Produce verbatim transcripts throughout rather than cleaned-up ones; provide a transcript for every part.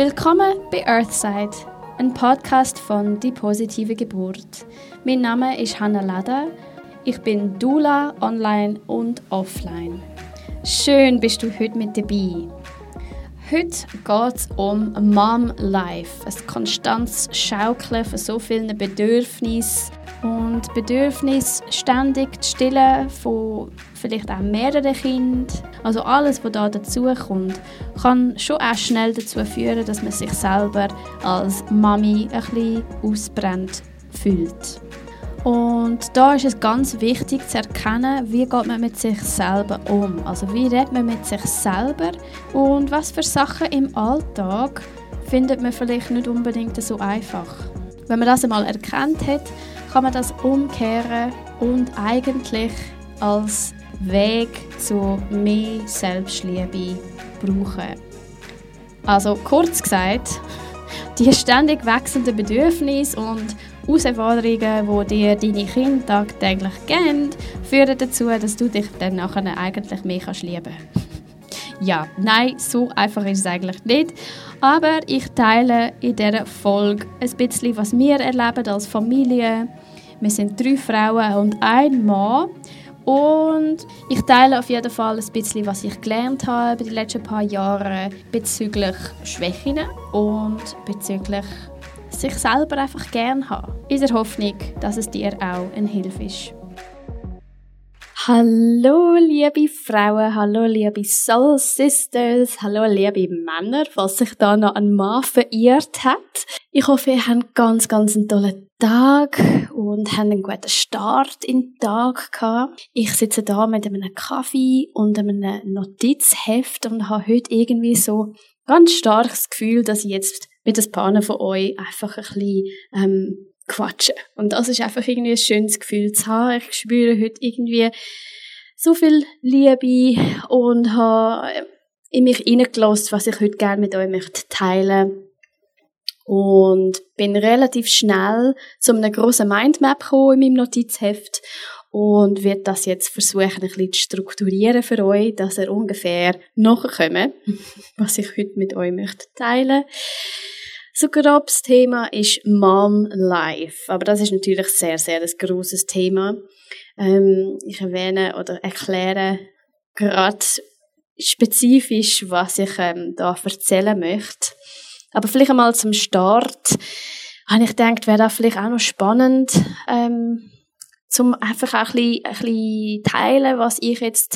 Willkommen bei Earthside, ein Podcast von Die positive Geburt. Mein Name ist Hannah Lada. Ich bin Doula online und offline. Schön bist du heute mit dabei. Heute geht es um Mom Life, ein konstantes Schaukeln von so vielen Bedürfnissen und Bedürfnis ständig zu stillen von vielleicht auch mehreren Kindern. Also alles, was da dazukommt, kann schon auch schnell dazu führen, dass man sich selber als Mami ein bisschen ausbrennt fühlt. Und da ist es ganz wichtig zu erkennen, wie geht man mit sich selber um. Also wie redet man mit sich selber und was für Sachen im Alltag findet man vielleicht nicht unbedingt so einfach. Wenn man das einmal erkannt hat, kann man das umkehren und eigentlich als Weg zu mehr Selbstliebe brauchen. Also kurz gesagt, die ständig wechselnden Bedürfnisse und Herausforderungen, die dir deine Kinder tagtäglich geben, führen dazu, dass du dich dann nachher eigentlich mehr lieben kannst. Ja, nein, so einfach ist es eigentlich nicht. Aber ich teile in dieser Folge ein bisschen, was wir erleben als Familie. Wir sind drei Frauen und ein Mann. Und ich teile auf jeden Fall ein bisschen, was ich gelernt habe über die letzten paar Jahre bezüglich Schwächen und bezüglich sich selber einfach gern haben. In der Hoffnung, dass es dir auch eine Hilfe ist. Hallo liebe Frauen, hallo liebe Soul Sisters, hallo liebe Männer, falls sich da noch ein Mann verirrt hat. Ich hoffe, ihr habt ganz, ganz einen tollen Tag und habt einen guten Start in den Tag gehabt. Ich sitze da mit einem Kaffee und einem Notizheft und habe heute irgendwie so ganz starkes Gefühl, dass ich jetzt mit ein paar von euch einfach ein bisschen ähm, quatschen. Und das ist einfach irgendwie ein schönes Gefühl zu haben. Ich spüre heute irgendwie so viel Liebe und habe in mich hineingelassen, was ich heute gerne mit euch möchte teilen. Und bin relativ schnell zu einem grossen Mindmap gekommen in meinem Notizheft und werde das jetzt versuchen, ein bisschen zu strukturieren für euch, dass ihr ungefähr nachkommt, was ich heute mit euch möchte teilen. So grob das Thema ist Mom Life, aber das ist natürlich sehr, sehr ein grosses Thema. Ähm, ich erwähne oder erkläre gerade spezifisch, was ich ähm, da erzählen möchte. Aber vielleicht einmal zum Start habe ich gedacht, wäre das vielleicht auch noch spannend, ähm, zum einfach auch ein bisschen, ein bisschen teilen, was ich jetzt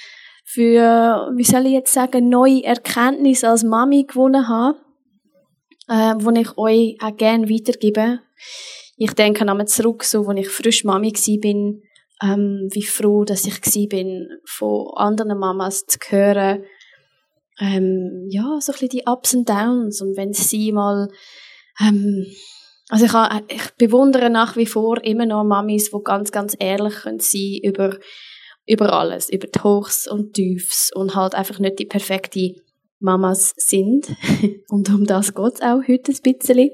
für, wie soll ich jetzt sagen, neue Erkenntnisse als Mami gewonnen habe, äh, die ich euch auch gerne weitergebe. Ich denke nochmal zurück, so, als ich frisch Mami war, ähm, wie froh, dass ich war, von anderen Mamas zu hören, ähm, ja, so ein bisschen die Ups und Downs. Und wenn sie mal, ähm, also ich, habe, ich bewundere nach wie vor immer noch Mamis, die ganz, ganz ehrlich können sein über, über alles, über die Hochs und Tiefs und halt einfach nicht die perfekte Mamas sind. Und um das geht es auch heute ein bisschen.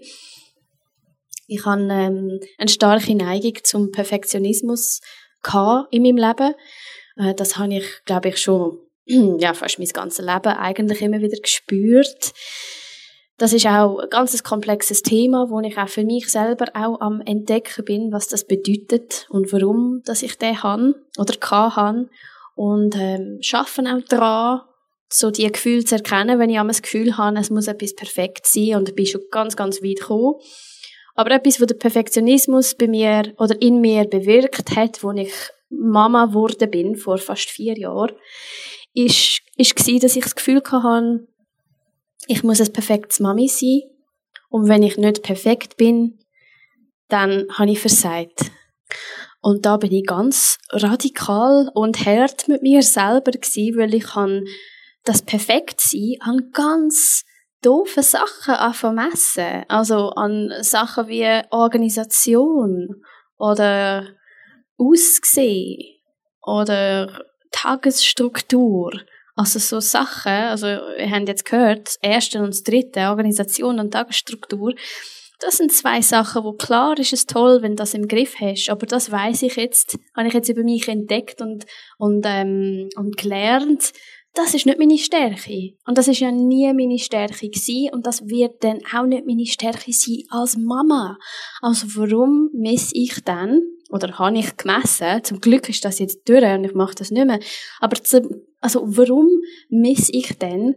Ich habe ähm, eine starke Neigung zum Perfektionismus gehabt in meinem Leben. Äh, das habe ich, glaube ich, schon ja, fast mein ganzes Leben eigentlich immer wieder gespürt. Das ist auch ein ganz komplexes Thema, wo ich auch für mich selber auch am Entdecken bin, was das bedeutet und warum, dass ich den habe oder kann haben. Und ähm, arbeiten auch daran, so die Gefühle zu erkennen, wenn ich einmal das Gefühl habe, es muss etwas perfekt sein, und ich bin schon ganz, ganz weit gekommen. Aber etwas, was der Perfektionismus bei mir oder in mir bewirkt hat, als ich Mama geworden bin, vor fast vier Jahren, ist, ist gewesen, dass ich das Gefühl hatte, ich muss ein perfektes Mami sein. Und wenn ich nicht perfekt bin, dann habe ich versagt. Und da bin ich ganz radikal und hart mit mir selber gewesen, weil ich habe das Perfektsein an ganz doofe Sachen anfangen messen. Also an Sachen wie Organisation oder Aussehen oder Tagesstruktur. Also so Sachen, also wir haben jetzt gehört, das erste und das dritte, Organisation und Tagesstruktur, das sind zwei Sachen, wo klar ist es toll, wenn du das im Griff hast, aber das weiss ich jetzt, habe ich jetzt über mich entdeckt und, und, ähm, und gelernt, das ist nicht meine Stärke. Und das ist ja nie meine Stärke gewesen. Und das wird dann auch nicht meine Stärke sein als Mama. Also warum messe ich dann, oder habe ich gemessen, zum Glück ist das jetzt durch und ich mache das nicht mehr, aber zu, also warum messe ich dann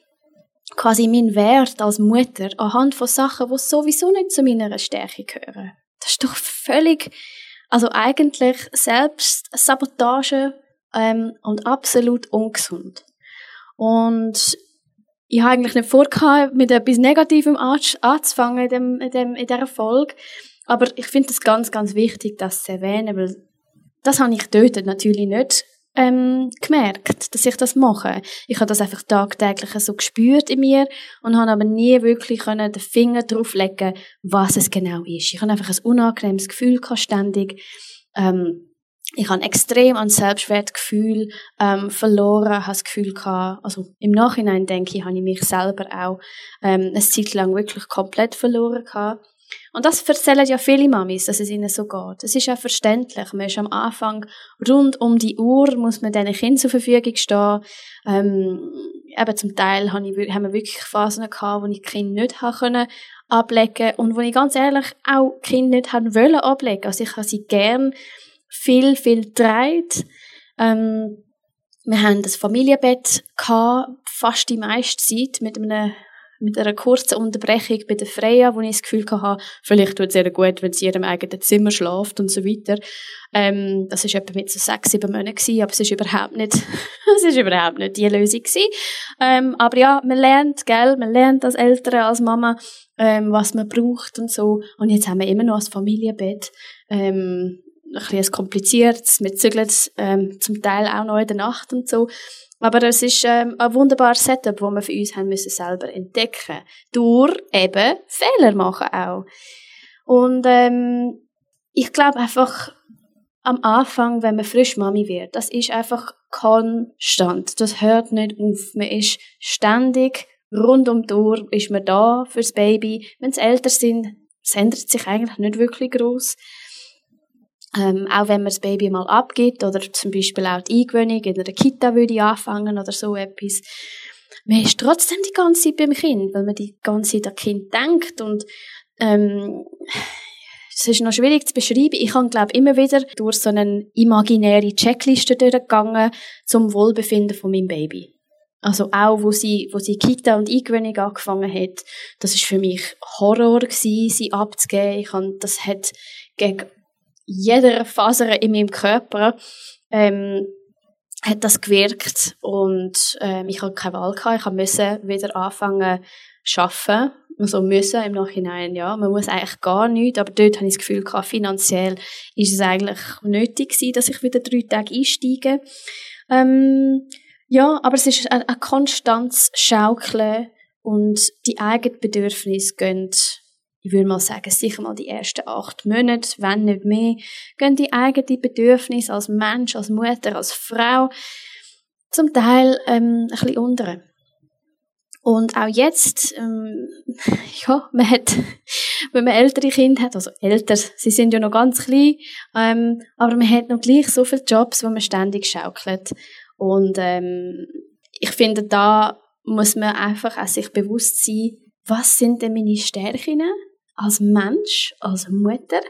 quasi meinen Wert als Mutter anhand von Sachen, die sowieso nicht zu meiner Stärke gehören? Das ist doch völlig, also eigentlich Selbstsabotage ähm, und absolut ungesund. Und ich habe eigentlich nicht vor, mit etwas Negativem anzufangen in, dem, in, dem, in dieser Folge. Aber ich finde es ganz, ganz wichtig, das zu erwähnen, weil das habe ich dort natürlich nicht ähm, gemerkt, dass ich das mache. Ich habe das einfach tagtäglich so gespürt in mir und habe aber nie wirklich können den Finger drauf legen, was es genau ist. Ich habe einfach ein unangenehmes Gefühl gehabt, ständig. Ähm, ich habe extrem an Selbstwertgefühl ähm, verloren, habe das Gefühl gehabt, also im Nachhinein denke ich, habe ich mich selber auch ähm, eine Zeit lang wirklich komplett verloren gehabt. Und das erzählen ja viele Mamis, dass es ihnen so geht. Es ist auch verständlich. Man ist am Anfang rund um die Uhr, muss man diesen Kindern zur Verfügung stehen. Ähm, eben zum Teil haben wir wirklich Phasen gehabt, wo ich die Kinder nicht haben ablegen und wo ich ganz ehrlich auch die Kinder nicht haben wollen ablegen. Also ich habe sie gern viel, viel getragen. Ähm, wir haben das Familienbett gehabt, fast die meiste Zeit, mit einem mit einer kurzen Unterbrechung bei der Freya, wo ich das Gefühl hatte, vielleicht tut es ihr gut, wenn sie in ihrem eigenen Zimmer schläft und so weiter. Ähm, das war etwa mit so sechs, sieben Monaten gewesen, aber es ist überhaupt nicht, es ist überhaupt nicht die Lösung gewesen. Ähm, aber ja, man lernt, gell, man lernt als Eltern, als Mama, ähm, was man braucht und so. Und jetzt haben wir immer noch das Familienbett, ähm, ein bisschen ein kompliziertes, wir zügeln ähm, zum Teil auch noch in der Nacht und so. Aber es ist ähm, ein wunderbares Setup, das wir für uns haben müssen selber entdecken. Durch eben Fehler machen auch. Und ähm, ich glaube einfach, am Anfang, wenn man frisch Mami wird, das ist einfach konstant. Das hört nicht auf. Man ist ständig, rund um die Uhr ist man da fürs Baby. Wenn sie älter sind, es ändert sich eigentlich nicht wirklich gross. Ähm, auch wenn man das Baby mal abgibt oder zum Beispiel auch die Eingewöhnung in einer Kita würde ich anfangen oder so etwas. Man ist trotzdem die ganze Zeit beim Kind, weil man die ganze Zeit an das Kind denkt und ähm, es ist noch schwierig zu beschreiben. Ich habe, glaube immer wieder durch so eine imaginäre Checkliste durchgegangen zum Wohlbefinden von meinem Baby. Also auch, wo sie, wo sie Kita und Eingewöhnung angefangen hat, das ist für mich Horror gewesen, sie abzugeben. Ich habe, das hat gegen jeder Faser in meinem Körper ähm, hat das gewirkt und ähm, ich hatte keine Wahl gehabt. Ich musste wieder anfangen zu arbeiten. Also müssen im Nachhinein, ja. Man muss eigentlich gar nichts, aber dort habe ich das Gefühl gehabt, finanziell ist es eigentlich nötig gewesen, dass ich wieder drei Tage einsteige. Ähm, ja, aber es ist ein, ein konstantes Schaukeln und die eigenen Bedürfnisse gehen, ich würde mal sagen, sicher mal die ersten acht Monate, wenn nicht mehr, gehen die eigenen Bedürfnisse als Mensch, als Mutter, als Frau zum Teil ähm, ein bisschen unter. Und auch jetzt, ähm, ja, man hat, wenn man ältere Kinder hat, also älter, sie sind ja noch ganz klein, ähm, aber man hat noch gleich so viele Jobs, wo man ständig schaukelt. Und ähm, ich finde, da muss man einfach auch sich bewusst sein, was sind denn meine Stärken als Mensch, als Mutter?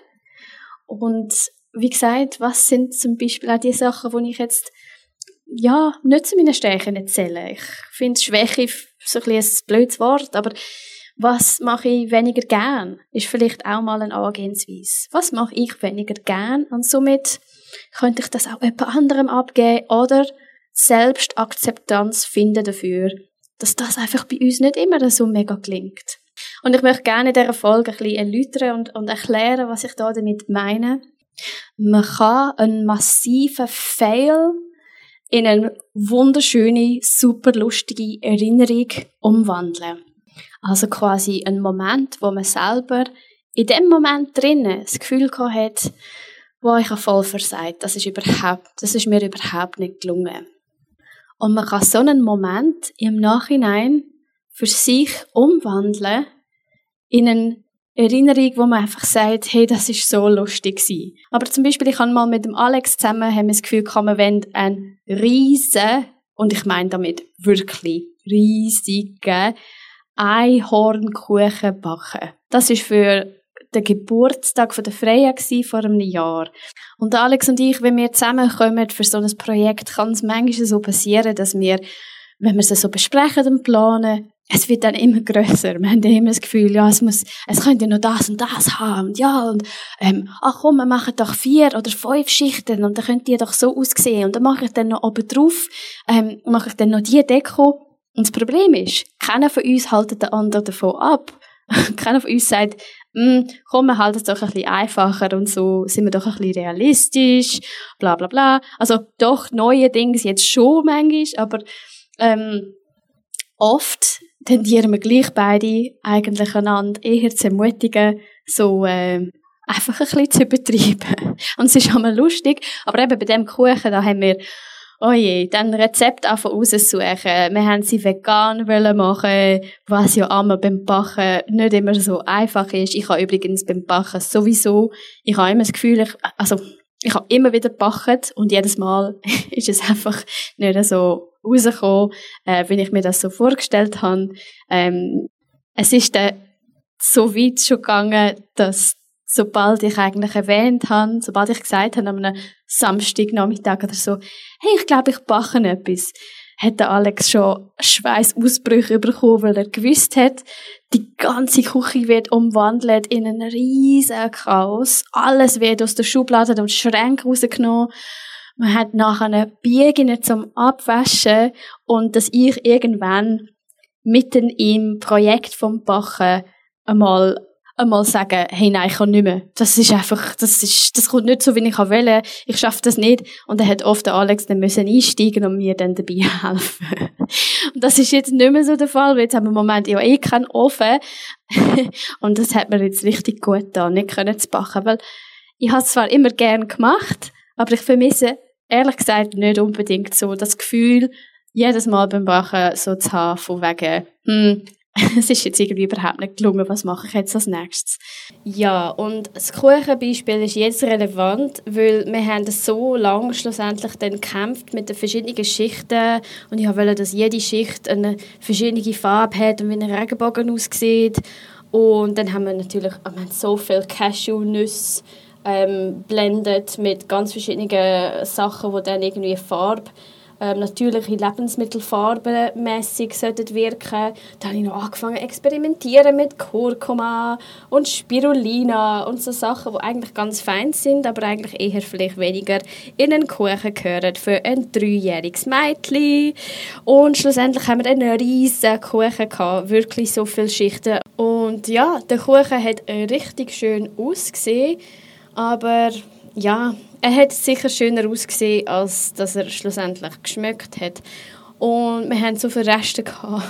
Und wie gesagt, was sind zum Beispiel auch die Sachen, die ich jetzt ja, nicht zu meinen Stärken zählen. Ich finde Schwäche so ein bisschen ein blödes Wort, aber was mache ich weniger gern, ist vielleicht auch mal eine Angehensweise. Was mache ich weniger gern? Und somit könnte ich das auch jemand anderem abgeben oder Selbstakzeptanz finden dafür, dass das einfach bei uns nicht immer so mega gelingt. Und ich möchte gerne in dieser Folge ein bisschen erläutern und, und erklären, was ich da damit meine. Man kann einen massiven Fail in eine wunderschöne, super lustige Erinnerung umwandeln. Also quasi ein Moment, wo man selber in dem Moment drinnen das Gefühl gehabt hat, wo ich habe voll versagt, das ist überhaupt, das ist mir überhaupt nicht gelungen. Und man kann so einen Moment im Nachhinein für sich umwandeln in eine Erinnerung, wo man einfach sagt, hey, das ist so lustig gewesen. Aber zum Beispiel, ich habe mal mit dem Alex zusammen haben wir das Gefühl gehabt, wir wollen einen riesen und ich meine damit wirklich riesige Einhornkuchen backen. Das ist für den Geburtstag von der Freya vor einem Jahr. Und Alex und ich, wenn wir zusammenkommen für so ein Projekt, kann es manchmal so passieren, dass wir, wenn wir es so besprechen und planen, es wird dann immer grösser. Wir haben dann immer das Gefühl, ja, es muss, es könnte noch das und das haben. Und ja, und, ähm, ach komm, wir machen doch vier oder fünf Schichten und dann könnt ihr doch so aussehen. Und dann mache ich dann noch oben drauf, ähm, mache ich dann noch die Deko. Und das Problem ist, keiner von uns hält den anderen davon ab. Keiner von uns sagt, komm, wir halten es doch ein bisschen einfacher und so sind wir doch ein bisschen realistisch, bla bla bla. Also doch, neue Dinge jetzt schon manchmal, aber ähm, oft tendieren wir gleich beide eigentlich einander eher zu ermutigen, so äh, einfach ein bisschen zu übertreiben. Und es ist auch mal lustig, aber eben bei dem Kuchen, da haben wir oh je, dann Rezept einfach raussuchen. Wir haben sie vegan wollen machen, was ja einmal beim Backen nicht immer so einfach ist. Ich habe übrigens beim Backen sowieso, ich habe immer das Gefühl, ich, also, ich habe immer wieder gebacken und jedes Mal ist es einfach nicht so rausgekommen, äh, wie ich mir das so vorgestellt habe. Ähm, es ist dann so weit schon gegangen, dass sobald ich eigentlich erwähnt habe, sobald ich gesagt habe, an einem Samstagnachmittag oder so, hey, ich glaube, ich backe etwas, hat der Alex schon Schweißausbrüche bekommen, weil er gewusst hat, die ganze Küche wird umwandelt in einen riesen Chaos. Alles wird aus der Schublade und Schränke rausgenommen. Man hat nachher Biegen zum Abwaschen und dass ich irgendwann mitten im Projekt vom Backen einmal einmal sagen, hey, nein, ich kann nicht mehr. Das ist einfach, das ist, das kommt nicht so, wie ich will. Ich schaffe das nicht. Und dann hat oft der Alex dann müssen einsteigen und mir dann dabei helfen. Und das ist jetzt nicht mehr so der Fall, weil jetzt haben wir im Moment ja eh keinen Ofen. Und das hat mir jetzt richtig gut getan, nicht können zu backen. Weil ich habe es zwar immer gern gemacht, aber ich vermisse, ehrlich gesagt, nicht unbedingt so das Gefühl, jedes Mal beim Backen so zu haben, von wegen, hm, es ist jetzt irgendwie überhaupt nicht gelungen, was mache ich jetzt als nächstes? Ja, und das Kuchenbeispiel ist jetzt relevant, weil wir haben so lange schlussendlich dann gekämpft mit den verschiedenen Schichten und ich wollte, dass jede Schicht eine verschiedene Farbe hat und wie ein Regenbogen aussieht. Und dann haben wir natürlich wir haben so viele Cashewnüsse ähm, blendet mit ganz verschiedenen Sachen, die dann irgendwie Farbe Ähm, natürliche Lebensmittelfarben mässig sollten wirken. Dann habe ich noch angefangen zu experimentieren mit Kurkuma und Spirulina und so Sachen, die eigentlich ganz fein sind, aber eigentlich eher vielleicht weniger in einen Kuchen gehören für ein dreijähriges Mädchen. Und schlussendlich haben wir einen riesen Kuchen gehabt, wirklich so viele Schichten. Und ja, der Kuchen hat richtig schön ausgesehen, aber ja, er hat sicher schöner ausgesehen, als dass er schlussendlich geschmeckt hat. Und wir hatten so viele Reste gehabt.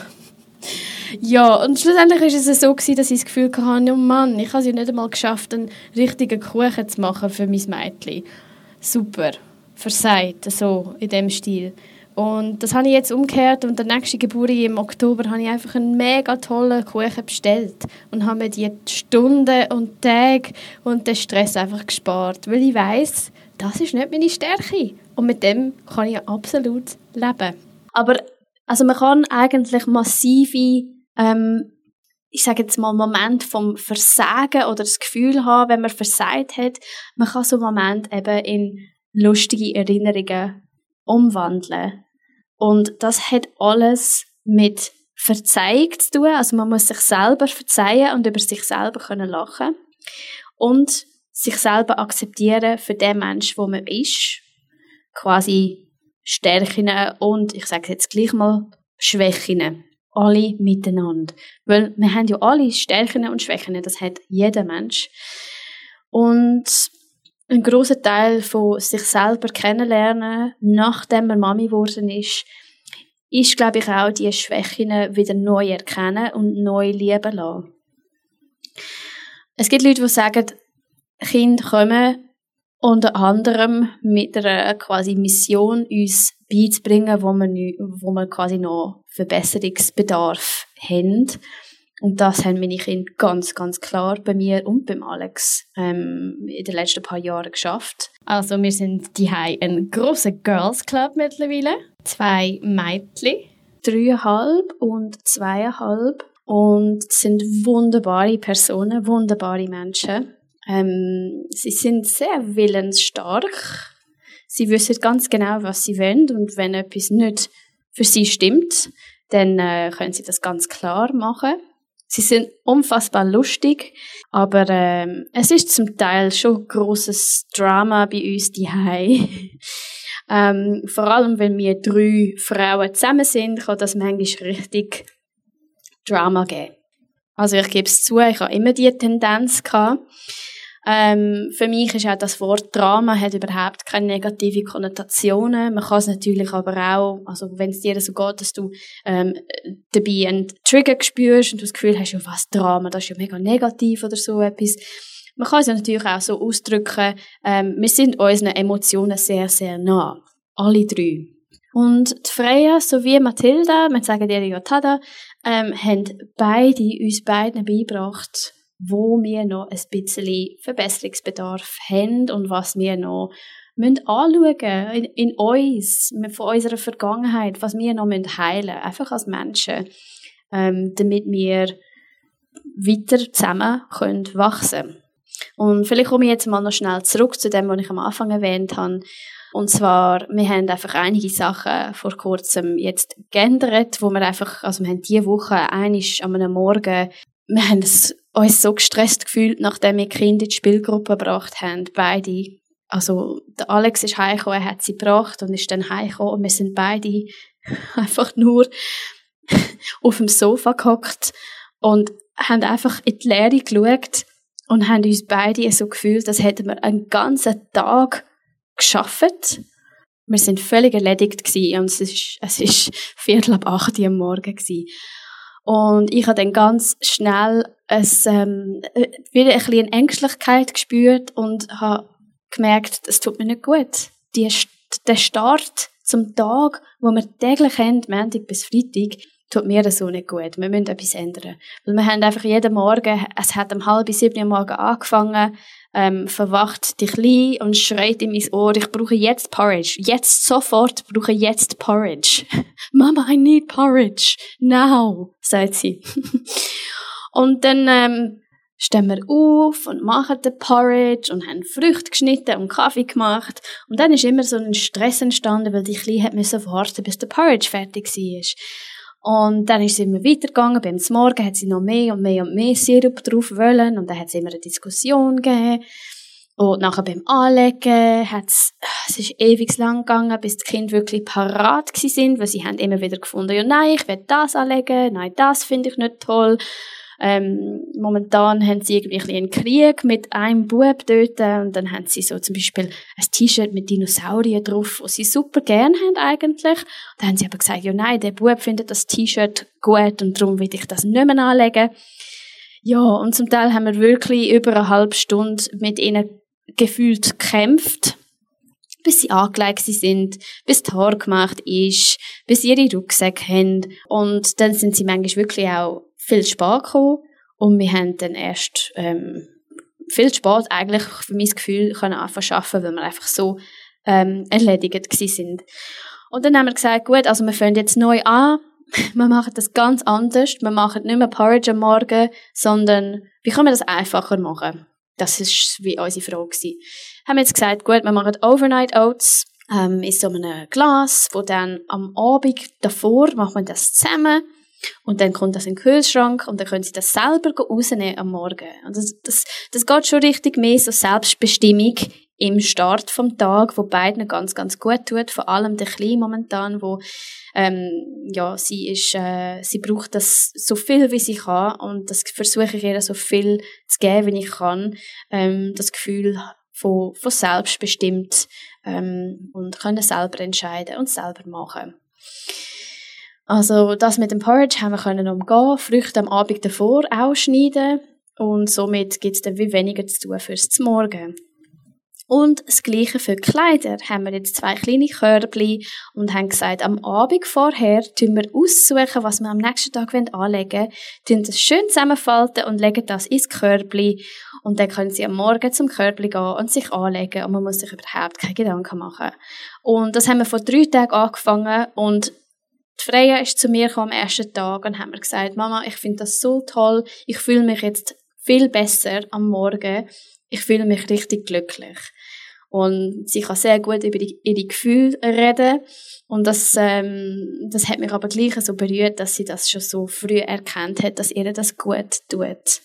Ja, und schlussendlich war es so, dass ich das Gefühl hatte, oh Mann, ich habe es ja nicht einmal geschafft, einen richtigen Kuchen zu machen für mein Mädchen. Super, versagt, so in diesem Stil. Und das habe ich jetzt umgekehrt und der nächste Geburt im Oktober habe ich einfach einen mega tollen Kuchen bestellt und habe mir die Stunden und Tage und den Stress einfach gespart, weil ich weiss, das ist nicht meine Stärke und mit dem kann ich absolut leben. Aber also man kann eigentlich massive, ähm, ich sage jetzt mal, Moment vom Versagen oder das Gefühl haben, wenn man versagt hat, man kann so einen Moment eben in lustige Erinnerungen umwandeln. Und das hat alles mit Verzeihung zu tun. Also man muss sich selber verzeihen und über sich selber können lachen. Und sich selber akzeptieren für den Mensch, wo man ist. Quasi Stärken und, ich sage jetzt gleich mal, Schwächen. Alle miteinander. Weil wir haben ja alle Stärken und Schwächen. Das hat jeder Mensch. Und ein grosser Teil von sich selber kennenlernen, nachdem man Mami geworden ist, ist, glaube ich, auch die Schwächen wieder neu erkennen und neu lieben lassen. Es gibt Leute, die sagen, Kinder kommen unter anderem mit einer quasi Mission, uns beizubringen, wo wir, wo wir quasi noch Verbesserungsbedarf haben. Und das haben meine Kinder ganz, ganz klar bei mir und beim Alex ähm, in den letzten paar Jahren geschafft. Also wir sind daheim ein grosser Girls Club mittlerweile. Zwei Mädchen, dreieinhalb und zweieinhalb. Und es sind wunderbare Personen, wunderbare Menschen. Ähm, sie sind sehr willensstark. Sie wissen ganz genau, was sie wollen. Und wenn etwas nicht für sie stimmt, dann äh, können sie das ganz klar machen. Sie sind unfassbar lustig, aber ähm, es ist zum Teil schon grosses Drama bei uns daheim. ähm, vor allem, wenn wir drei Frauen zusammen sind, kann das manchmal richtig Drama geben. Also ich gebe es zu, ich habe immer diese Tendenz gehabt. Ähm, für mich ist auch das Wort Drama hat überhaupt keine negative Konnotationen. Man kann es natürlich aber auch, also wenn es dir so geht, dass du ähm, dabei einen Trigger spürst und du das Gefühl hast, ja was Drama, das ist ja mega negativ oder so etwas. Man kann es ja natürlich auch so ausdrücken, ähm, wir sind unseren Emotionen sehr, sehr nah. Alle drei. Und die Freya sowie Mathilda, wir sagen ihr ja Tada, ähm, haben beide uns beiden beigebracht, wo wir noch ein bisschen Verbesserungsbedarf haben und was wir noch müssen anschauen in, in uns, von unserer Vergangenheit, was wir noch müssen heilen, einfach als Menschen, ähm, damit wir weiter zusammen können wachsen. Und vielleicht komme ich jetzt mal noch schnell zurück zu dem, was ich am Anfang erwähnt habe. Und zwar, wir haben einfach einige Sachen vor kurzem jetzt geändert, wo wir einfach, also wir haben diese Woche einmal an einem Morgen, wir haben es uns so gestresst gefühlt, nachdem wir die Kinder in die Spielgruppe gebracht haben, beide. Also, der Alex ist heimgekommen, er hat sie gebracht und ist dann heimgekommen und wir sind beide einfach nur auf dem Sofa gehockt und haben einfach in die Leere geschaut und haben uns beide so gefühlt, als hätten wir einen ganzen Tag geschafft. Wir sind völlig erledigt gewesen und es ist, es ist Viertel ab acht Uhr am Morgen gewesen. Und ich habe dann ganz schnell ein, ähm, wieder ein bisschen Ängstlichkeit gespürt und habe gemerkt, das tut mir nicht gut. Die, der Start zum Tag, wo wir täglich haben, Montag bis Freitag, tut mir das so nicht gut. Wir müssen etwas ändern. Weil wir haben einfach jeden Morgen, es hat um halb sieben Uhr morgen angefangen, ähm, verwacht die Kleine und schreit in mein Ohr, ich brauche jetzt Porridge. Jetzt, sofort, brauche jetzt Porridge. Mama, I need Porridge. Now, sagt sie. Und dann ähm, stehen wir auf und machen den Porridge und haben Früchte geschnitten und Kaffee gemacht. Und dann ist immer so ein Stress entstanden, weil die Kleine hat müssen warten, bis der Porridge fertig war. Und dann ist sie immer weitergegangen. Beim Morgen hat sie noch mehr und mehr und mehr Sirup drauf wollen. Und dann hat es immer eine Diskussion gegeben. Und nachher beim Anlegen hat es, es ist ewig lang gegangen, bis die Kinder wirklich parat gewesen sind, weil sie haben immer wieder gefunden, ja nein, ich will das anlegen, nein, das finde ich nicht toll. Ähm, momentan haben sie irgendwie ein bisschen einen Krieg mit einem Bub dort und dann haben sie so zum Beispiel ein T-Shirt mit Dinosauriern drauf, was sie super gern haben eigentlich. Dann haben sie aber gesagt, ja nein, der Bub findet das T-Shirt gut und darum will ich das nicht mehr anlegen. Ja, und zum Teil haben wir wirklich über eine halbe Stunde mit ihnen gefühlt gekämpft, bis sie angelegt sind, bis die Haare gemacht ist, bis sie ihre Rucksäcke haben. Und dann sind sie manchmal wirklich auch viel spät gekommen und wir haben dann erst ähm, viel spät eigentlich für mein Gefühl können anfangen zu arbeiten, weil wir einfach so ähm, erledigt gewesen sind. Und dann haben wir gesagt, gut, also wir fangen jetzt neu an, wir machen das ganz anders, wir machen nicht mehr Porridge am Morgen, sondern wie können wir das einfacher machen? Das ist wie unsere Frage gewesen. Haben wir jetzt gesagt, gut, wir machen Overnight Oats ähm, in so einem Glas, wo dann am Abend davor machen wir das zusammen. Und dann kommt das in den Kühlschrank und dann können sie das selber rausnehmen am Morgen. Und das, das, das geht schon richtig mehr so Selbstbestimmung im Start vom Tag, wo beiden ganz, ganz gut tut. Vor allem der Kleine momentan, wo, ähm, ja, sie ist, äh, sie braucht das so viel, wie sie kann. Und das versuche ich ihr so viel zu geben, wie ich kann. Ähm, das Gefühl von, von selbstbestimmt, ähm, und können selber entscheiden und selber machen. Also das mit dem Porridge haben wir können umgehen, Früchte am Abend davor auch schneiden und somit gibt es dann wie weniger zu tun fürs Morgen. Und das Gleiche für die Kleider. Haben wir jetzt zwei kleine Körbchen und haben gesagt, am Abend vorher tun wir aussuchen, was wir am nächsten Tag anlegen wollen, tun das schön zusammenfalten und legen das ins Körbchen. Und dann können sie am Morgen zum Körbchen gehen und sich anlegen und man muss sich überhaupt keine Gedanken machen. Und das haben wir vor drei Tagen angefangen und die Freya ist zu mir gekommen am ersten Tag und hat mir gesagt, Mama, ich finde das so toll, ich fühle mich jetzt viel besser am Morgen, ich fühle mich richtig glücklich. Und sie kann sehr gut über die, ihre Gefühle reden. Und das, ähm, das hat mich aber gleich so berührt, dass sie das schon so früh erkannt hat, dass ihr das gut tut.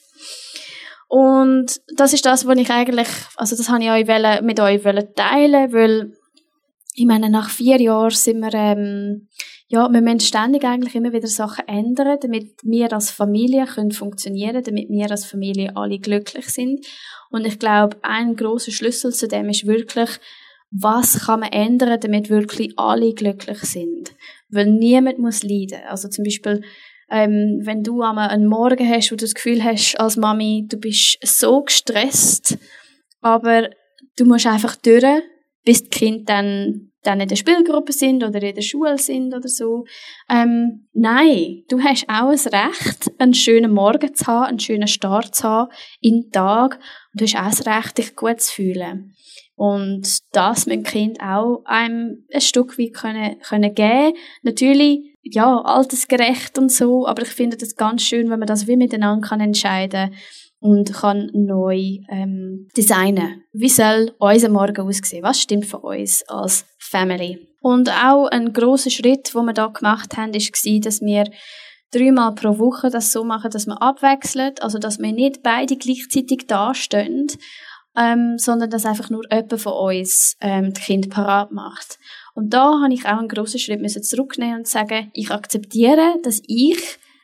Und das ist das, was ich eigentlich, also das habe ich euch wollen, mit euch wollen teilen, weil ich meine, nach vier Jahren sind wir, ähm, ja, wir müssen ständig eigentlich immer wieder Sachen ändern, damit wir als Familie können funktionieren, damit wir als Familie alle glücklich sind. Und ich glaube, ein grosser Schlüssel zu dem ist wirklich, was kann man ändern, damit wirklich alle glücklich sind. Weil niemand muss leiden. Also zum Beispiel, ähm, wenn du einmal einen Morgen hast, wo du das Gefühl hast, als Mami, du bist so gestresst, aber du musst einfach durch, bis die Kinder dann, dann in der Spielgruppe sind oder in der Schule sind oder so. Ähm, nein, du hast auch ein Recht, einen schönen Morgen zu haben, einen schönen Start zu haben in den Tag. Und du hast auch ein Recht, dich gut zu fühlen. Und das müssen Kind auch einem ein Stück weit können, können geben. Natürlich, ja, altersgerecht und so, aber ich finde das ganz schön, wenn man das wie miteinander kann entscheiden und kann neu ähm, designen. Wie soll unser Morgen aussehen? Was stimmt für uns als Family? Und auch ein grosser Schritt, den wir da gemacht haben, war, dass wir dreimal pro Woche das so machen, dass wir abwechseln, also dass wir nicht beide gleichzeitig dastehen, ähm, sondern dass einfach nur jemand von uns ähm, das Kind parat macht. Und da habe ich auch einen grossen Schritt müssen zurücknehmen und sagen, ich akzeptiere, dass ich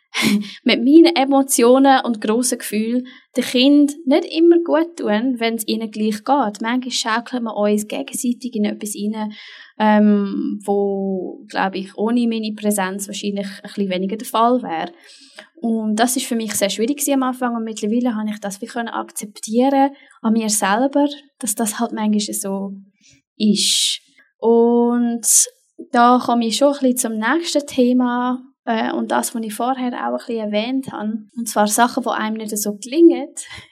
mit meinen Emotionen und grossen Gefühlen den Kindern nicht immer gut tun, wenn es ihnen gleich geht. Manchmal schaukeln wir uns gegenseitig in etwas rein, ähm, wo, glaube ich, ohne meine Präsenz wahrscheinlich ein bisschen weniger der Fall wäre. Und das ist für mich sehr schwierig am Anfang und mittlerweile habe ich das wie können akzeptieren an mir selber, dass das halt manchmal so ist. Und da komme ich schon ein bisschen zum nächsten Thema, äh, und das, was ich vorher auch ein bisschen erwähnt habe. Und zwar Sachen, die einem nicht so gelingen,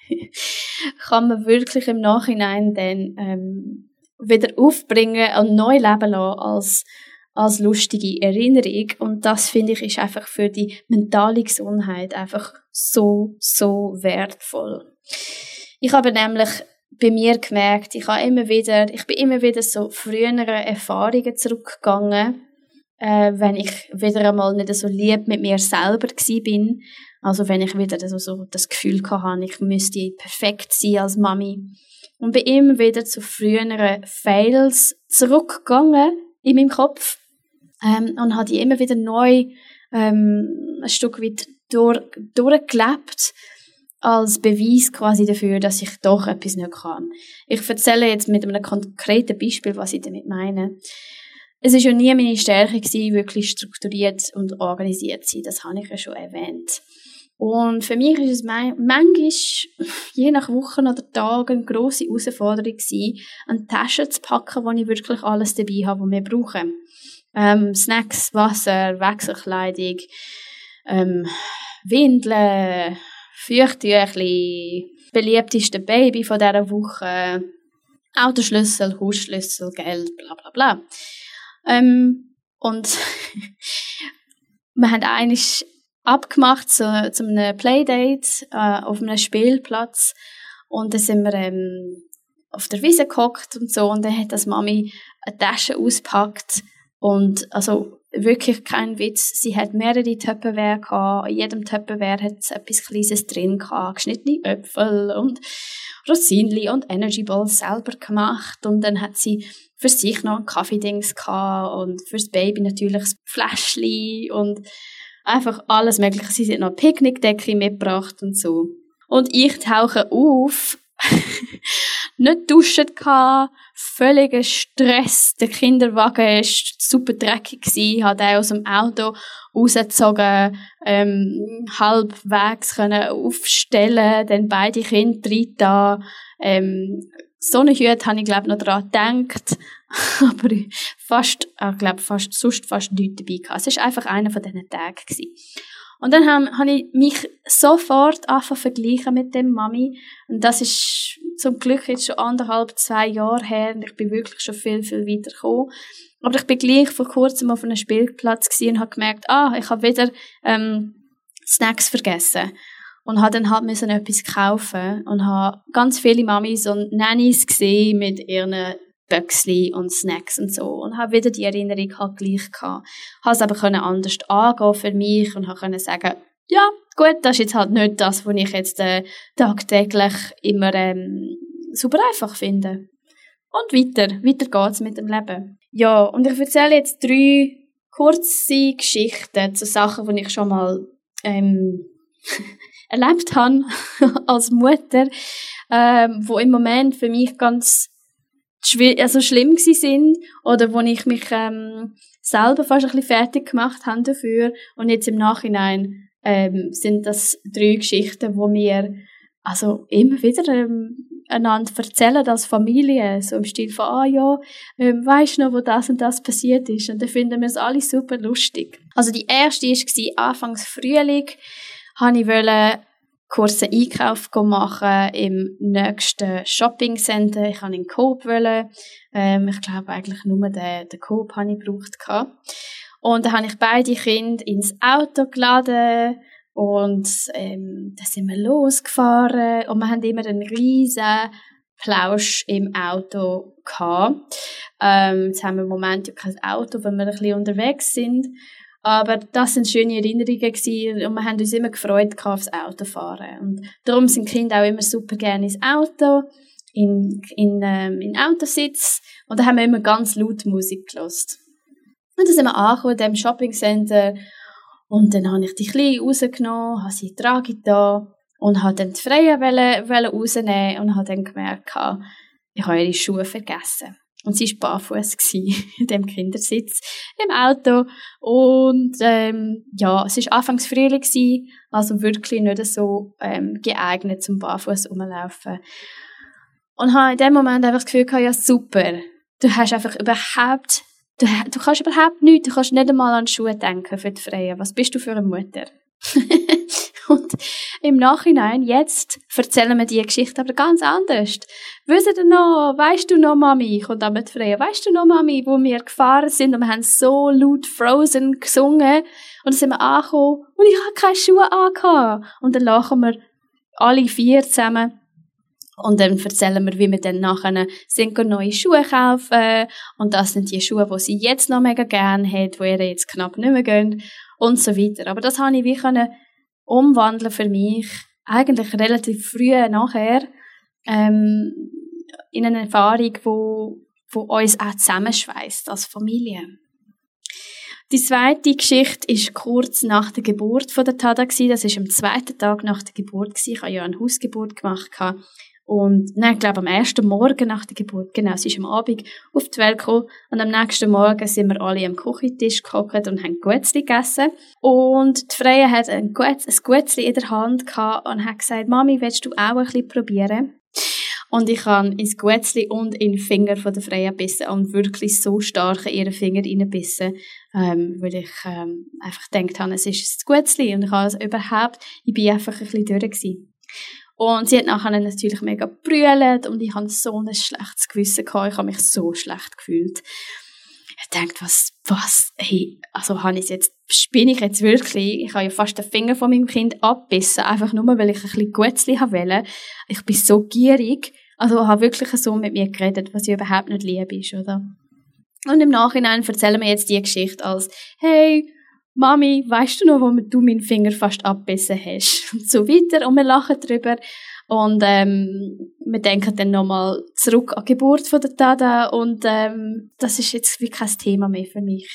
kann man wirklich im Nachhinein dann ähm, wieder aufbringen und neu leben lassen als, als lustige Erinnerung. Und das, finde ich, ist einfach für die mentale Gesundheit einfach so, so wertvoll. Ich habe nämlich bei mir gemerkt, ich habe immer wieder, ich bin immer wieder so frühere Erfahrungen zurückgegangen, äh, wenn ich wieder einmal nicht so lieb mit mir selber gsi bin. Also wenn ich wieder so, so das Gefühl hatte, ich müsste perfekt sein als Mami. Und bin immer wieder zu früheren Fails zurückgegangen in meinem Kopf, ähm, und habe die immer wieder neu ähm, ein Stück weit durch, durchgelebt, als Beweis quasi dafür, dass ich doch etwas nicht kann. Ich erzähle jetzt mit einem konkreten Beispiel, was ich damit meine. Es war ja nie meine Stärke gewesen, wirklich strukturiert und organisiert zu sein. Das habe ich ja schon erwähnt. Und für mich ist es manchmal, je nach Wochen oder Tagen, eine grosse Herausforderung gewesen, eine Tasche zu packen, wo ich wirklich alles dabei habe, was wir brauchen. Ähm, Snacks, Wasser, Wechselkleidung, ähm, Windeln, Feuchttüchli, beliebteste Baby von dieser Woche, Autoschlüssel, Hausschlüssel, Geld, bla bla bla. Ähm, und wir haben eigentlich abgemacht zu, zu einem Playdate äh, auf einem Spielplatz und dann sind wir ähm, auf der Wiese gehockt und so und dann hat das Mami eine Tasche ausgepackt und also wirklich kein Witz, sie hat mehrere Tupperware gehabt, in jedem Tupperware hat es etwas Kleines drin gehabt, geschnittene Äpfel und Rosinli und Energy Balls selber gemacht und dann hat sie für sich noch ein Kaffeedings gehabt und fürs Baby natürlich das Fläschchen und einfach alles Mögliche. Sie hat noch eine Picknickdecke mitgebracht und so. Und ich tauche auf, nicht duschen gehabt, völliger Stress. Der Kinderwagen war super dreckig gewesen, hat auch aus dem Auto rausgezogen, ähm, halbwegs können aufstellen, dann beide Kinder rein da, ähm, Sonnenhüte habe ich, glaube noch daran gedacht, aber fast, ich glaube, fast, sonst fast nichts dabei gehabt. Es war einfach einer von diesen Tagen gewesen. Und dann habe hab ich mich sofort angefangen zu vergleichen mit dem Mami. Und das ist zum Glück jetzt schon anderthalb, zwei Jahre her und ich bin wirklich schon viel, viel weiter gekommen. Aber ich bin gleich vor kurzem auf einem Spielplatz gewesen und habe gemerkt, ah, ich habe wieder ähm, Snacks vergessen. Und habe dann halt müssen etwas kaufen und habe ganz viele Mamis und Nannies gesehen mit ihren Böckli und Snacks und so. Und habe wieder die Erinnerung halt gleich gehabt. Habe es aber können anders angehen für mich und habe können sagen, ja, gut, das ist jetzt halt nicht das, was ich jetzt äh, tagtäglich immer ähm, super einfach finde. Und weiter, weiter geht's mit dem Leben. Ja, und ich erzähle jetzt drei kurze Geschichten zu Sachen, die ich schon mal ähm, erlebt habe als Mutter, ähm, wo im Moment für mich ganz schwi- also schlimm gewesen sind oder wo ich mich ähm, selber fast ein bisschen fertig gemacht habe dafür. Und jetzt im Nachhinein ähm, sind das drei Geschichten, wo wir also immer wieder ähm, einander erzählen als Familie, so im Stil von, ah ja, ähm, weisst du noch, wo das und das passiert ist? Und dann finden wir es alle super lustig. Also die erste war Anfangs Frühling, habe ich wollte kurzen Einkauf machen im nächsten Shoppingcenter. Ich wollte in den Coop. Ähm, ich glaube eigentlich nur den, den Coop habe ich gebraucht. Und dann habe ich beide Kinder ins Auto geladen und ähm, dann sind wir losgefahren und wir haben immer einen riesen Plausch im Auto gehabt. Ähm, jetzt haben wir im Moment ja kein Auto, wenn wir ein bisschen unterwegs sind. Aber das waren schöne Erinnerungen gewesen und wir haben uns immer gefreut aufs Autofahren. Und darum sind die Kinder auch immer super gerne ins Auto, in, in, ähm, in Autositz. Und da haben wir immer ganz laut Musik gehört. Und dann sind wir angekommen in diesem Shoppingcenter. Und dann habe ich die Kleine rausgenommen, habe sie in die Trage da und habe dann die Freie rausnehmen und habe dann gemerkt, ich habe ihre Schuhe vergessen. Und sie war barfuss in dem Kindersitz im Auto. Und ähm, ja, es war Anfangs Frühling, also wirklich nicht so ähm, geeignet zum barfuss rumlaufen. Und habe in dem Moment einfach das Gefühl gehabt, ja super, du hast einfach überhaupt, du, du kannst überhaupt nichts, du kannst nicht einmal an die Schuhe denken für die Freie. Was bist du für eine Mutter? Und im Nachhinein, jetzt, erzählen wir diese Geschichte aber ganz anders. Wisst ihr noch, weisst du noch, Mami, kommt dann mit Freya, weisst du noch, Mami, wo wir gefahren sind und wir haben so laut Frozen gesungen und dann sind wir angekommen und ich habe keine Schuhe angehabt. Und dann lachen wir alle vier zusammen und dann erzählen wir, wie wir dann nachher sind neue Schuhe kaufen und das sind die Schuhe, die sie jetzt noch mega gerne hat, die ihr jetzt knapp nicht mehr gehen und so weiter. Aber das habe ich wie können umwandeln für mich, eigentlich relativ früh nachher, ähm, in eine Erfahrung, wo, wo uns auch zusammenschweißt als Familie. Die zweite Geschichte ist kurz nach der Geburt von der Tada gsi. Das ist am zweiten Tag nach der Geburt gsi. Ich habe ja eine Hausgeburt gemacht und nein, ich glaube am ersten Morgen nach der Geburt, genau, sie ist am Abend auf die Welt gekommen und am nächsten Morgen sind wir alle am Küchentisch gehockt und haben Guetzli gegessen und die Freya hat ein Guetzli in der Hand gehabt und hat gesagt, Mami, willst du auch ein bisschen probieren? Und ich habe ins Guetzli und in den Finger von der Freya gebissen und wirklich so stark in ihren Finger reingebissen, ähm, weil ich ähm, einfach gedacht habe, es ist das Guetzli und ich habe also überhaupt, ich bin einfach ein bisschen durch gewesen. Und sie hat nachher natürlich mega gebrüllt und ich hatte so ein schlechtes Gewissen gehabt. Ich habe mich so schlecht gefühlt. Ich dachte, was, was, hey, also habe ich jetzt, spinne ich jetzt wirklich? Ich habe ja fast den Finger von meinem Kind abgebissen, einfach nur, weil ich ein bisschen Guetzli wollte. Ich bin so gierig, also habe wirklich so mit mir geredet, was ich überhaupt nicht lieb ist, oder? Und im Nachhinein erzählen wir jetzt die Geschichte als, hey, Mami, weisst du noch, wo du meinen Finger fast abgebissen hast? Und so weiter. Und wir lachen drüber. Und ähm, wir denken dann nochmal zurück an die Geburt von der Tada. Und ähm, das ist jetzt wie kein Thema mehr für mich.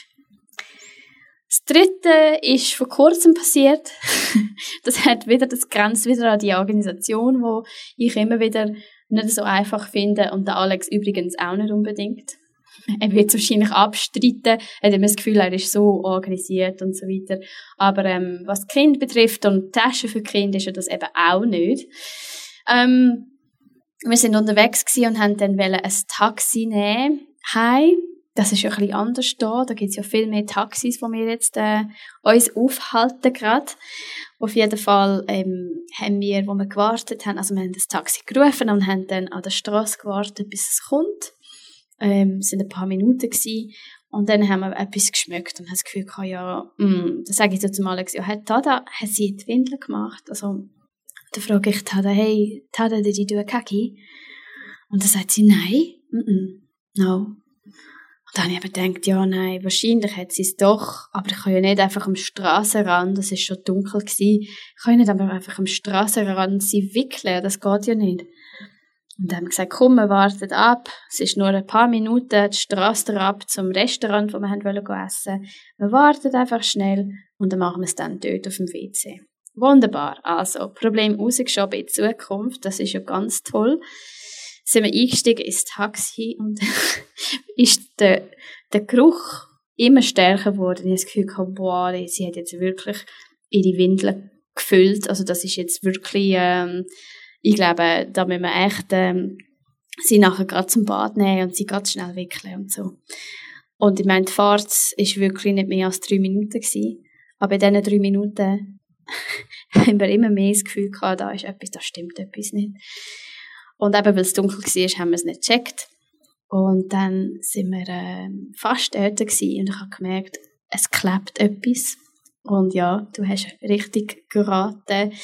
Das Dritte ist vor kurzem passiert. Das hat wieder, das grenzt wieder an die Organisation, wo ich immer wieder nicht so einfach finde. Und der Alex übrigens auch nicht unbedingt. Er wird es wahrscheinlich abstreiten, er hat immer das Gefühl, er ist so organisiert und so weiter. Aber ähm, was Kind betrifft und Taschen für Kinder ist ja das eben auch nicht. Ähm, Wir sind unterwegs gewesen und haben dann ein Taxi nehmen, heim. Das ist ja ein bisschen anders da. Da gibt es ja viel mehr Taxis, wo wir jetzt äh, uns aufhalten gerade. Auf jeden Fall ähm, haben wir, wo wir gewartet haben, also wir haben das Taxi gerufen und haben dann an der Straße gewartet, bis es kommt. Ähm, es waren ein paar Minuten gewesen. Und dann haben wir etwas geschmeckt und haben das Gefühl gehabt, ja, mh, dann sage ich so zum Alex, ja, hat Tada, hat sie die Windel gemacht? Also, dann frage ich Tada, hey, Tada, did you do a Kaki? Und dann sagt sie, nein, mm-mm, no. Und dann habe ich eben gedacht, ja, nein, wahrscheinlich hat sie es doch, aber ich kann ja nicht einfach am Strassenrand, es war schon dunkel gewesen, ich kann ja nicht einfach am Strassenrand sie wickeln, das geht ja nicht. Und dann haben wir gesagt, komm, wir warten ab, es ist nur ein paar Minuten, die Strasse ab zum Restaurant, wo wir haben wollen essen. Wir warten einfach schnell und dann machen wir es dann dort auf dem W C. Wunderbar, also Problem rausgeschoben in die Zukunft, das ist ja ganz toll. Sind wir eingestiegen ins Taxi und ist der, der Geruch immer stärker geworden. Ich habe das Gefühl gehabt, boah, sie hat jetzt wirklich ihre Windeln gefüllt. Also das ist jetzt wirklich, ähm, ich glaube, da müssen wir echt ähm, sie nachher gerade zum Bad nehmen und sie ganz schnell wickeln und so. Und ich meine, die Fahrt war wirklich nicht mehr als drei Minuten gewesen. Aber in diesen drei Minuten haben wir immer mehr das Gefühl gehabt, da ist etwas, da stimmt etwas nicht. Und eben, weil es dunkel war, haben wir es nicht gecheckt. Und dann sind wir äh, fast dort gewesen und ich habe gemerkt, es klebt etwas. Und ja, du hast richtig geraten.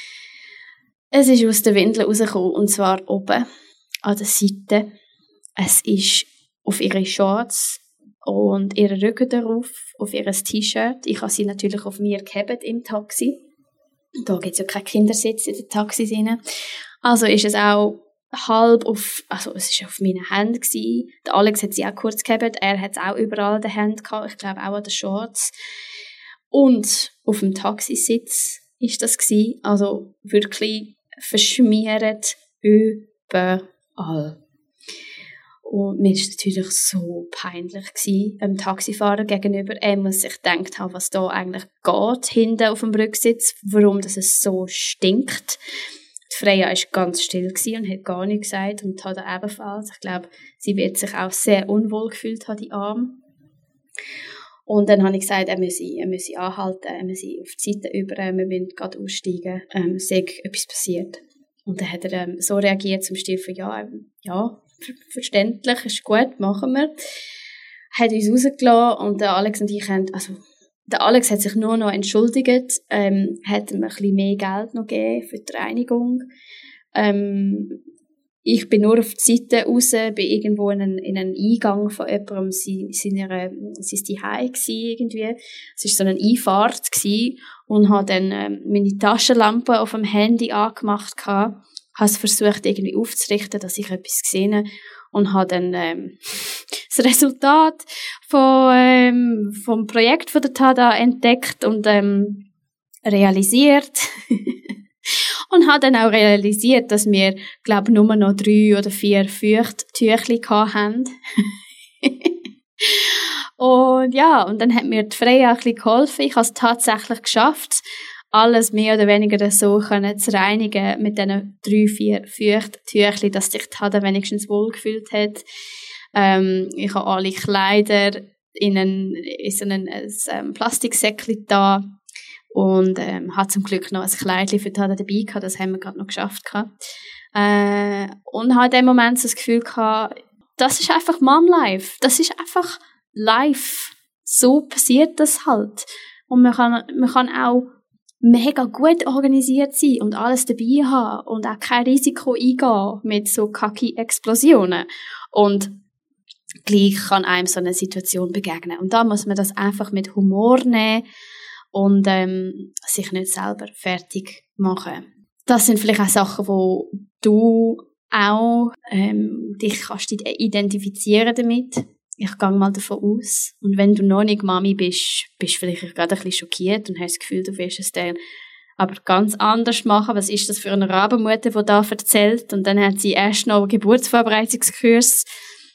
Es ist aus der Windel rausgekommen, und zwar oben an der Seite. Es ist auf ihre Shorts und ihren Rücken darauf, auf ihr T-Shirt. Ich habe sie natürlich auf mir gehabt im Taxi. Da gibt es ja keinen Kindersitz in den Taxis rein. Also ist es auch halb auf, also es war auf meinen Händen gewesen. Der Alex hat sie auch kurz gehabt, er hat es auch überall an den Händen gehabt, ich glaube auch an den Shorts. Und auf dem Taxisitz ist das gewesen, also wirklich verschmiert überall. Und mir war es natürlich so peinlich gewesen, dem Taxifahrer gegenüber. Er muss sich gedacht haben, was da eigentlich geht, hinten auf dem Rücksitz, warum das es so stinkt. Die Freya war ganz still und hat gar nichts gesagt und hat ebenfalls. Ich glaube, sie wird sich auch sehr unwohl gefühlt haben, die Arme. Und dann habe ich gesagt, er müsse, er müsse anhalten, er müsse auf die Seite über, wir müssen gerade aussteigen, ähm, es sei etwas passiert. Und dann hat er ähm, so reagiert zum Stil von, ja, ähm, ja, verständlich, ist gut, machen wir. Hat uns rausgelassen und der Alex und ich haben, also, der Alex hat sich nur noch entschuldigt, ähm, hat ihm ein bisschen mehr Geld noch gegeben für die Reinigung. Ähm, ich bin nur auf die Seite raus, bin irgendwo in einen, in einen Eingang von jemandem, seiner, seiner, sein Zuhause gsi irgendwie. Es war so eine Einfahrt gsi und habe dann ähm, meine Taschenlampe auf dem Handy angemacht gehabt, habe es versucht irgendwie aufzurichten, dass ich etwas gesehen habe und habe dann ähm, das Resultat von, ähm, vom Projekt von der Tada entdeckt und ähm, realisiert. Und habe dann auch realisiert, dass wir, glaube ich, nur noch drei oder vier Feuchttüchli hatten. Und ja, und dann hat mir die Freya ein bisschen geholfen. Ich habe es tatsächlich geschafft, alles mehr oder weniger so können zu reinigen mit diesen drei, vier Feuchttüchli, dass sich die Tada wenigstens wohlgefühlt hat. Ähm, ich habe alle Kleider in, einen, in so ein, ein Plastiksäckchen da. Und ähm, hat zum Glück noch ein Kleidchen für Tada dabei gehabt, das haben wir gerade noch geschafft gehabt. Äh, und habe in dem Moment so das Gefühl gehabt, das ist einfach Mom-Life. Das ist einfach live. So passiert das halt. Und man kann, man kann auch mega gut organisiert sein und alles dabei haben und auch kein Risiko eingehen mit so Kaki-Explosionen. Und gleich kann einem so eine Situation begegnen. Und da muss man das einfach mit Humor nehmen und ähm, sich nicht selber fertig machen. Das sind vielleicht auch Sachen, wo du auch ähm, dich kannst identifizieren damit. Ich gehe mal davon aus. Und wenn du noch nicht Mami bist, bist du vielleicht gerade ein bisschen schockiert und hast das Gefühl, du wirst es dann aber ganz anders machen. Was ist das für eine Rabenmutter, die da erzählt? Und dann hat sie erst noch einen Geburtsvorbereitungskurs.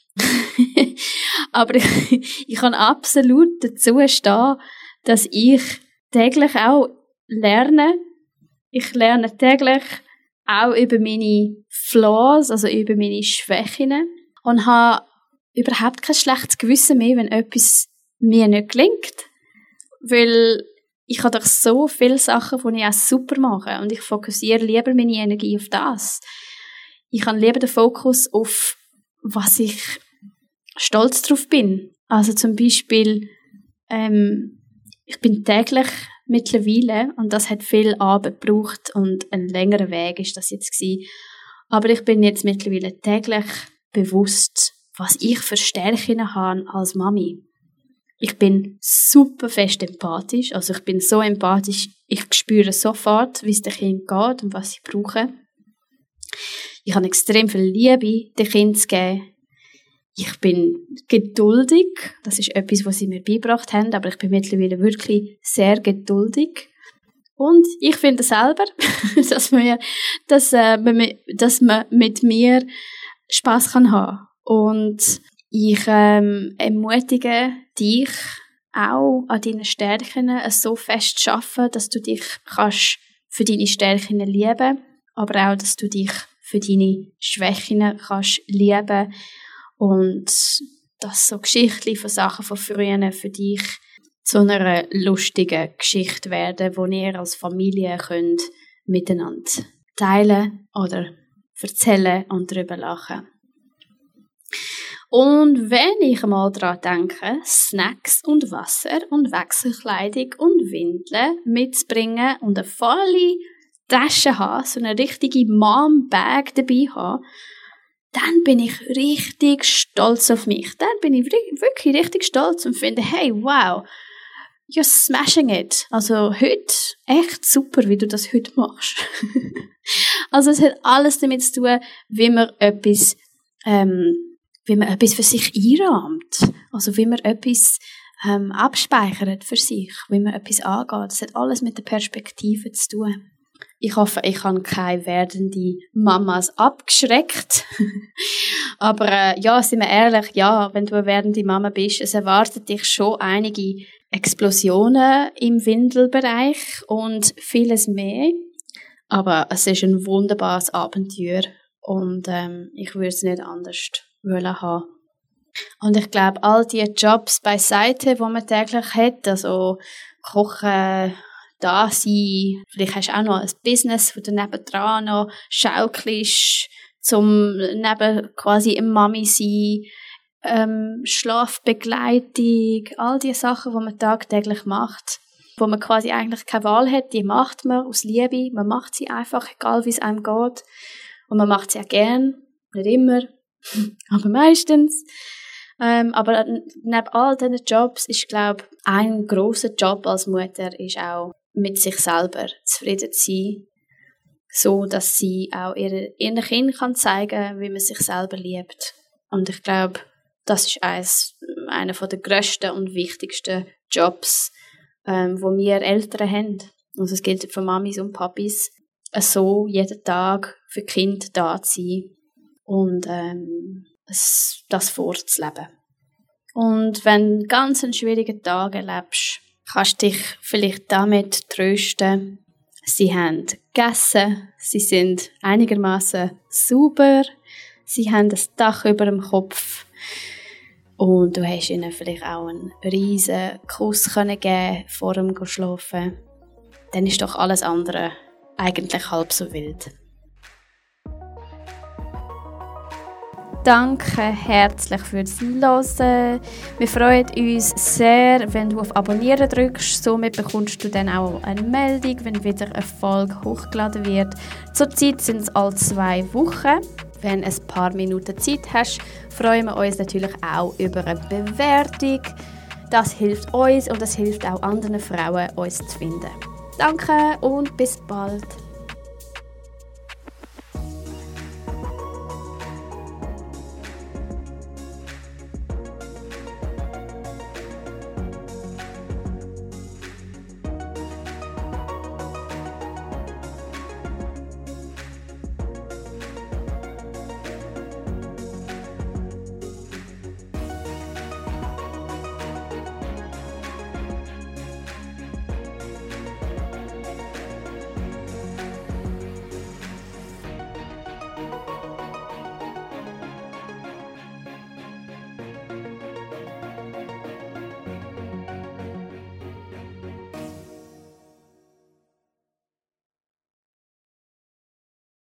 Aber ich, ich kann absolut dazu stehen, dass ich täglich auch lerne. Ich lerne täglich auch über meine Flaws, also über meine Schwächen und habe überhaupt kein schlechtes Gewissen mehr, wenn etwas mir nicht gelingt. Weil ich habe doch so viele Sachen, die ich auch super mache und ich fokussiere lieber meine Energie auf das. Ich habe lieber den Fokus auf, was ich stolz drauf bin. Also zum Beispiel, ähm, ich bin täglich mittlerweile, und das hat viel Arbeit gebraucht und ein längerer Weg ist das jetzt gewesen, aber ich bin jetzt mittlerweile täglich bewusst, was ich für Stärken habe als Mami. Ich bin super fest empathisch, also ich bin so empathisch, ich spüre sofort, wie es den Kindern geht und was sie brauchen. Ich habe extrem viel Liebe den Kindern zu geben. Ich bin geduldig, das ist etwas, was sie mir beigebracht haben, aber ich bin mittlerweile wirklich sehr geduldig. Und ich finde selber, dass, man, dass, äh, man, dass man mit mir Spass kann haben. Und ich ähm, ermutige dich auch an deinen Stärken so fest zu arbeiten, dass du dich kannst für deine Stärken lieben, aber auch, dass du dich für deine Schwächen kannst lieben und dass so Geschichten von Sachen von früher für dich zu einer lustigen Geschichte werden, die ihr als Familie könnt miteinander teilen oder erzählen und darüber lachen. Und wenn ich mal daran denke, Snacks und Wasser und Wechselkleidung und Windeln mitzubringen und eine volle Tasche haben, so eine richtige Mom-Bag dabei haben, dann bin ich richtig stolz auf mich. Dann bin ich wirklich richtig stolz und finde, hey, wow, you're smashing it. Also heute echt super, wie du das heute machst. Also es hat alles damit zu tun, wie man etwas, ähm, wie man etwas für sich einrahmt. Also wie man etwas ähm, abspeichert für sich, wie man etwas angeht. Das hat alles mit der Perspektive zu tun. Ich hoffe, ich habe keine werdende Mamas abgeschreckt. Aber äh, ja, sind wir ehrlich, ja, wenn du eine werdende Mama bist, es erwartet dich schon einige Explosionen im Windelbereich und vieles mehr. Aber es ist ein wunderbares Abenteuer und ähm, ich würde es nicht anders wollen haben. Und ich glaube, all die Jobs beiseite, die man täglich hat, also Kochen, da sein, vielleicht hast du auch noch ein Business, wo du nebendran noch schaukelst, zum neben quasi eine Mami sein, ähm, Schlafbegleitung, all die Sachen, die man tagtäglich macht, wo man quasi eigentlich keine Wahl hat, die macht man aus Liebe, man macht sie einfach, egal wie es einem geht, und man macht sie auch gern, nicht immer, aber meistens. Ähm, aber neben all diesen Jobs ist, glaube ich, ein grosser Job als Mutter ist auch, mit sich selber zufrieden zu sein, so dass sie auch ihre, ihren Kindern kann zeigen, wie man sich selber liebt. Und ich glaube, das ist eines, einer der grössten und wichtigsten Jobs, ähm, wo wir Eltern haben. Also es gilt für Mamis und Papis, so jeden Tag für die Kinder da zu sein und ähm, es, das vorzuleben. Und wenn du ganz einen schwierigen Tag erlebst, kannst du dich vielleicht damit trösten, sie haben gegessen, sie sind einigermaßen sauber, sie haben das Dach über dem Kopf und du hast ihnen vielleicht auch einen riesen Kuss können geben vor dem Schlafen. Dann ist doch alles andere eigentlich halb so wild. Danke herzlich fürs Hören. Wir freuen uns sehr, wenn du auf Abonnieren drückst. Somit bekommst du dann auch eine Meldung, wenn wieder eine Folge hochgeladen wird. Zurzeit sind es alle zwei Wochen. Wenn du ein paar Minuten Zeit hast, freuen wir uns natürlich auch über eine Bewertung. Das hilft uns und das hilft auch anderen Frauen, uns zu finden. Danke und bis bald.